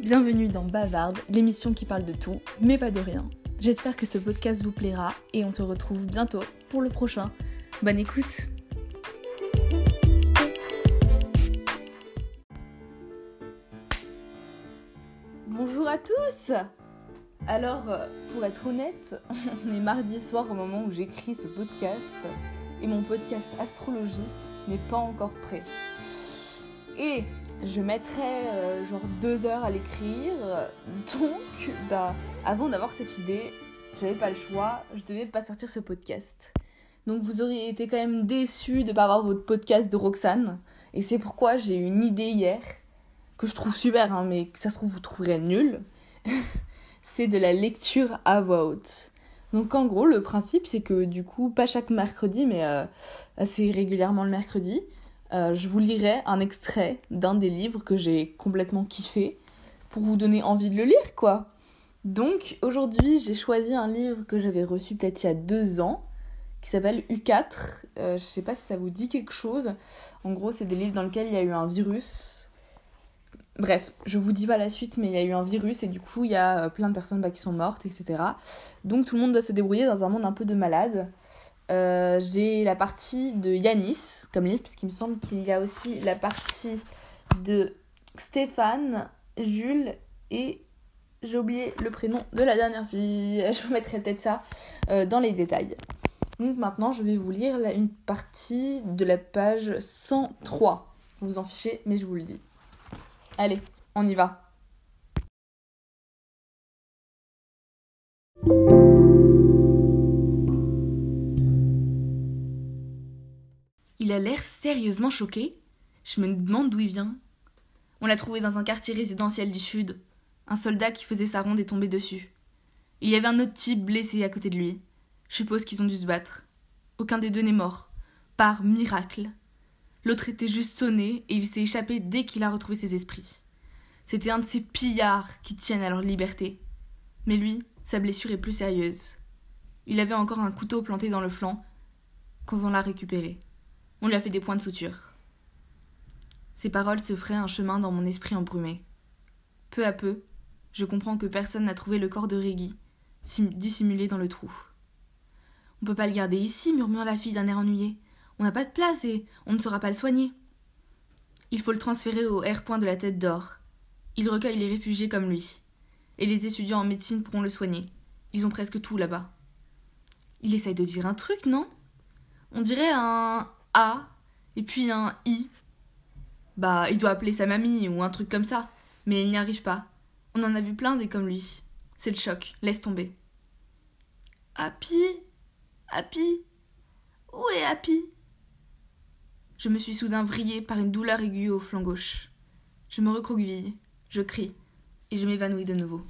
Bienvenue dans Bavarde, l'émission qui parle de tout, mais pas de rien. J'espère que ce podcast vous plaira et on se retrouve bientôt pour le prochain. Bonne écoute! Bonjour à tous! Alors, pour être honnête, on est mardi soir au moment où j'écris ce podcast et mon podcast Astrologie n'est pas encore prêt. Et je mettrai 2 heures à l'écrire, donc avant d'avoir cette idée, j'avais pas le choix, je devais pas sortir ce podcast. Donc vous auriez été quand même déçus de pas avoir votre podcast de Roxane, et c'est pourquoi j'ai eu une idée hier, que je trouve super, mais que ça se trouve vous trouverez nulle. C'est de la lecture à voix haute. Donc en gros, le principe c'est que du coup, pas chaque mercredi, mais assez régulièrement le mercredi, je vous lirai un extrait d'un des livres que j'ai complètement kiffé pour vous donner envie de le lire, quoi. Donc aujourd'hui, j'ai choisi un livre que j'avais reçu peut-être il y a 2 ans, qui s'appelle U4. Je sais pas si ça vous dit quelque chose. En gros, c'est des livres dans lesquels il y a eu un virus. Bref, je vous dis pas la suite, mais il y a eu un virus et du coup, il y a plein de personnes qui sont mortes, etc. Donc tout le monde doit se débrouiller dans un monde un peu de malade. J'ai la partie de Yanis comme livre, puisqu'il me semble qu'il y a aussi la partie de Stéphane, Jules et j'ai oublié le prénom de la dernière fille. Je vous mettrai peut-être ça dans les détails. Donc maintenant, je vais vous lire une partie de la page 103. Vous vous en fichez, mais je vous le dis. Allez, on y va. Il a l'air sérieusement choqué. Je me demande d'où il vient. On l'a trouvé dans un quartier résidentiel du sud. Un soldat qui faisait sa ronde est tombé dessus. Il y avait un autre type blessé à côté de lui. Je suppose qu'ils ont dû se battre. Aucun des deux n'est mort. Par miracle. L'autre était juste sonné et il s'est échappé dès qu'il a retrouvé ses esprits. C'était un de ces pillards qui tiennent à leur liberté. Mais lui, sa blessure est plus sérieuse. Il avait encore un couteau planté dans le flanc quand on l'a récupéré. On lui a fait des points de suture. Ces paroles se feraient un chemin dans mon esprit embrumé. Peu à peu, je comprends que personne n'a trouvé le corps de Régui, dissimulé dans le trou. « On peut pas le garder ici, murmure la fille d'un air ennuyé. On n'a pas de place et on ne saura pas le soigner. Il faut le transférer au R-Point de la Tête d'Or. Il recueille les réfugiés comme lui. Et les étudiants en médecine pourront le soigner. Ils ont presque tout là-bas. Il essaye de dire un truc, non ? On dirait un A et puis un I. Il doit appeler sa mamie ou un truc comme ça. Mais il n'y arrive pas. On en a vu plein des comme lui. C'est le choc. Laisse tomber. Happy ? Happy ? Où est Happy ? Je me suis soudain vrillée par une douleur aiguë au flanc gauche. Je me recroqueville, je crie, et je m'évanouis de nouveau.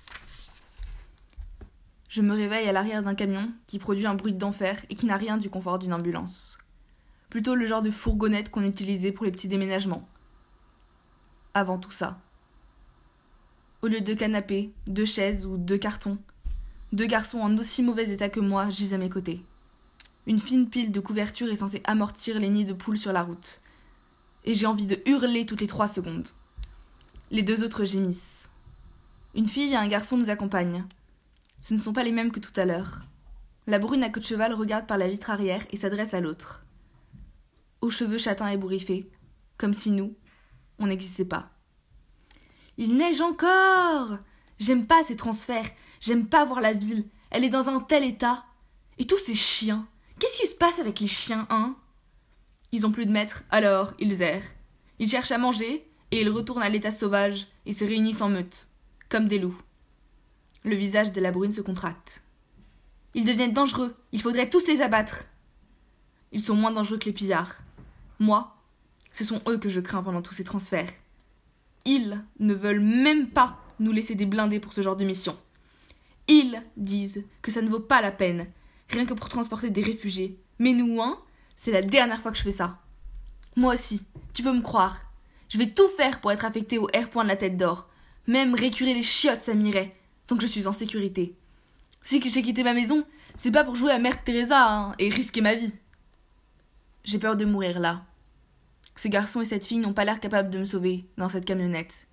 Je me réveille à l'arrière d'un camion qui produit un bruit d'enfer et qui n'a rien du confort d'une ambulance. Plutôt le genre de fourgonnette qu'on utilisait pour les petits déménagements. Avant tout ça. Au lieu de canapé, 2 chaises ou 2 cartons, 2 garçons en aussi mauvais état que moi gisent à mes côtés. Une fine pile de couverture est censée amortir les nids de poules sur la route. Et j'ai envie de hurler toutes les 3 secondes. Les 2 autres gémissent. Une fille et un garçon nous accompagnent. Ce ne sont pas les mêmes que tout à l'heure. La brune à queue de cheval regarde par la vitre arrière et s'adresse à l'autre. Aux cheveux châtains ébouriffés, comme si nous, on n'existait pas. Il neige encore! J'aime pas ces transferts, j'aime pas voir la ville, elle est dans un tel état. Et tous ces chiens, qu'est-ce qui se passe avec les chiens, hein? Ils ont plus de maître, alors ils errent. Ils cherchent à manger et ils retournent à l'état sauvage et se réunissent en meute, comme des loups. Le visage de la brune se contracte. Ils deviennent dangereux, il faudrait tous les abattre. Ils sont moins dangereux que les pillards. Moi, ce sont eux que je crains pendant tous ces transferts. Ils ne veulent même pas nous laisser des blindés pour ce genre de mission. Ils disent que ça ne vaut pas la peine, rien que pour transporter des réfugiés. Mais nous, c'est la dernière fois que je fais ça. Moi aussi, tu peux me croire. Je vais tout faire pour être affectée au R-Point de la Tête d'Or. Même récurer les chiottes, ça m'irait, tant que je suis en sécurité. Si j'ai quitté ma maison, c'est pas pour jouer à Mère Teresa et risquer ma vie. J'ai peur de mourir là. Ce garçon et cette fille n'ont pas l'air capables de me sauver dans cette camionnette.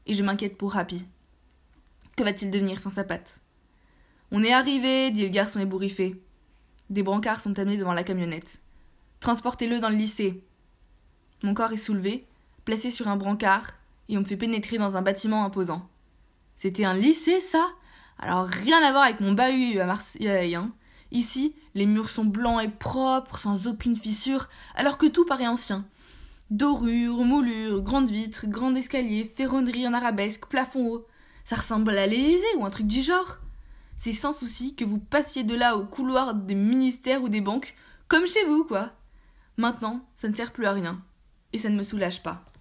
et je m'inquiète pour Happy. Que va-t-il devenir sans sa patte ? On est arrivé, dit le garçon ébouriffé. Des brancards sont amenés devant la camionnette. Transportez-le dans le lycée. Mon corps est soulevé, placé sur un brancard, et on me fait pénétrer dans un bâtiment imposant. C'était un lycée, ça ? Alors rien à voir avec mon bahut à Marseille, hein. Ici, les murs sont blancs et propres, sans aucune fissure, alors que tout paraît ancien. Dorures, moulures, grandes vitres, grands escaliers, ferronneries en arabesque, plafond haut. Ça ressemble à l'Élysée ou un truc du genre. C'est sans souci que vous passiez de là au couloir des ministères ou des banques, comme chez vous, quoi. Maintenant, ça ne sert plus à rien. Et ça ne me soulage pas.